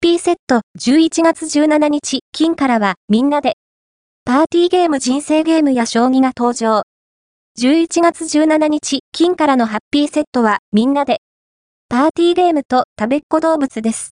ピーセット11月17日金からはみんなでパーティーゲーム人生ゲームや将棋が登場。11月17日金からのハッピーセットはみんなでパーティーゲームとたべっ子動物です。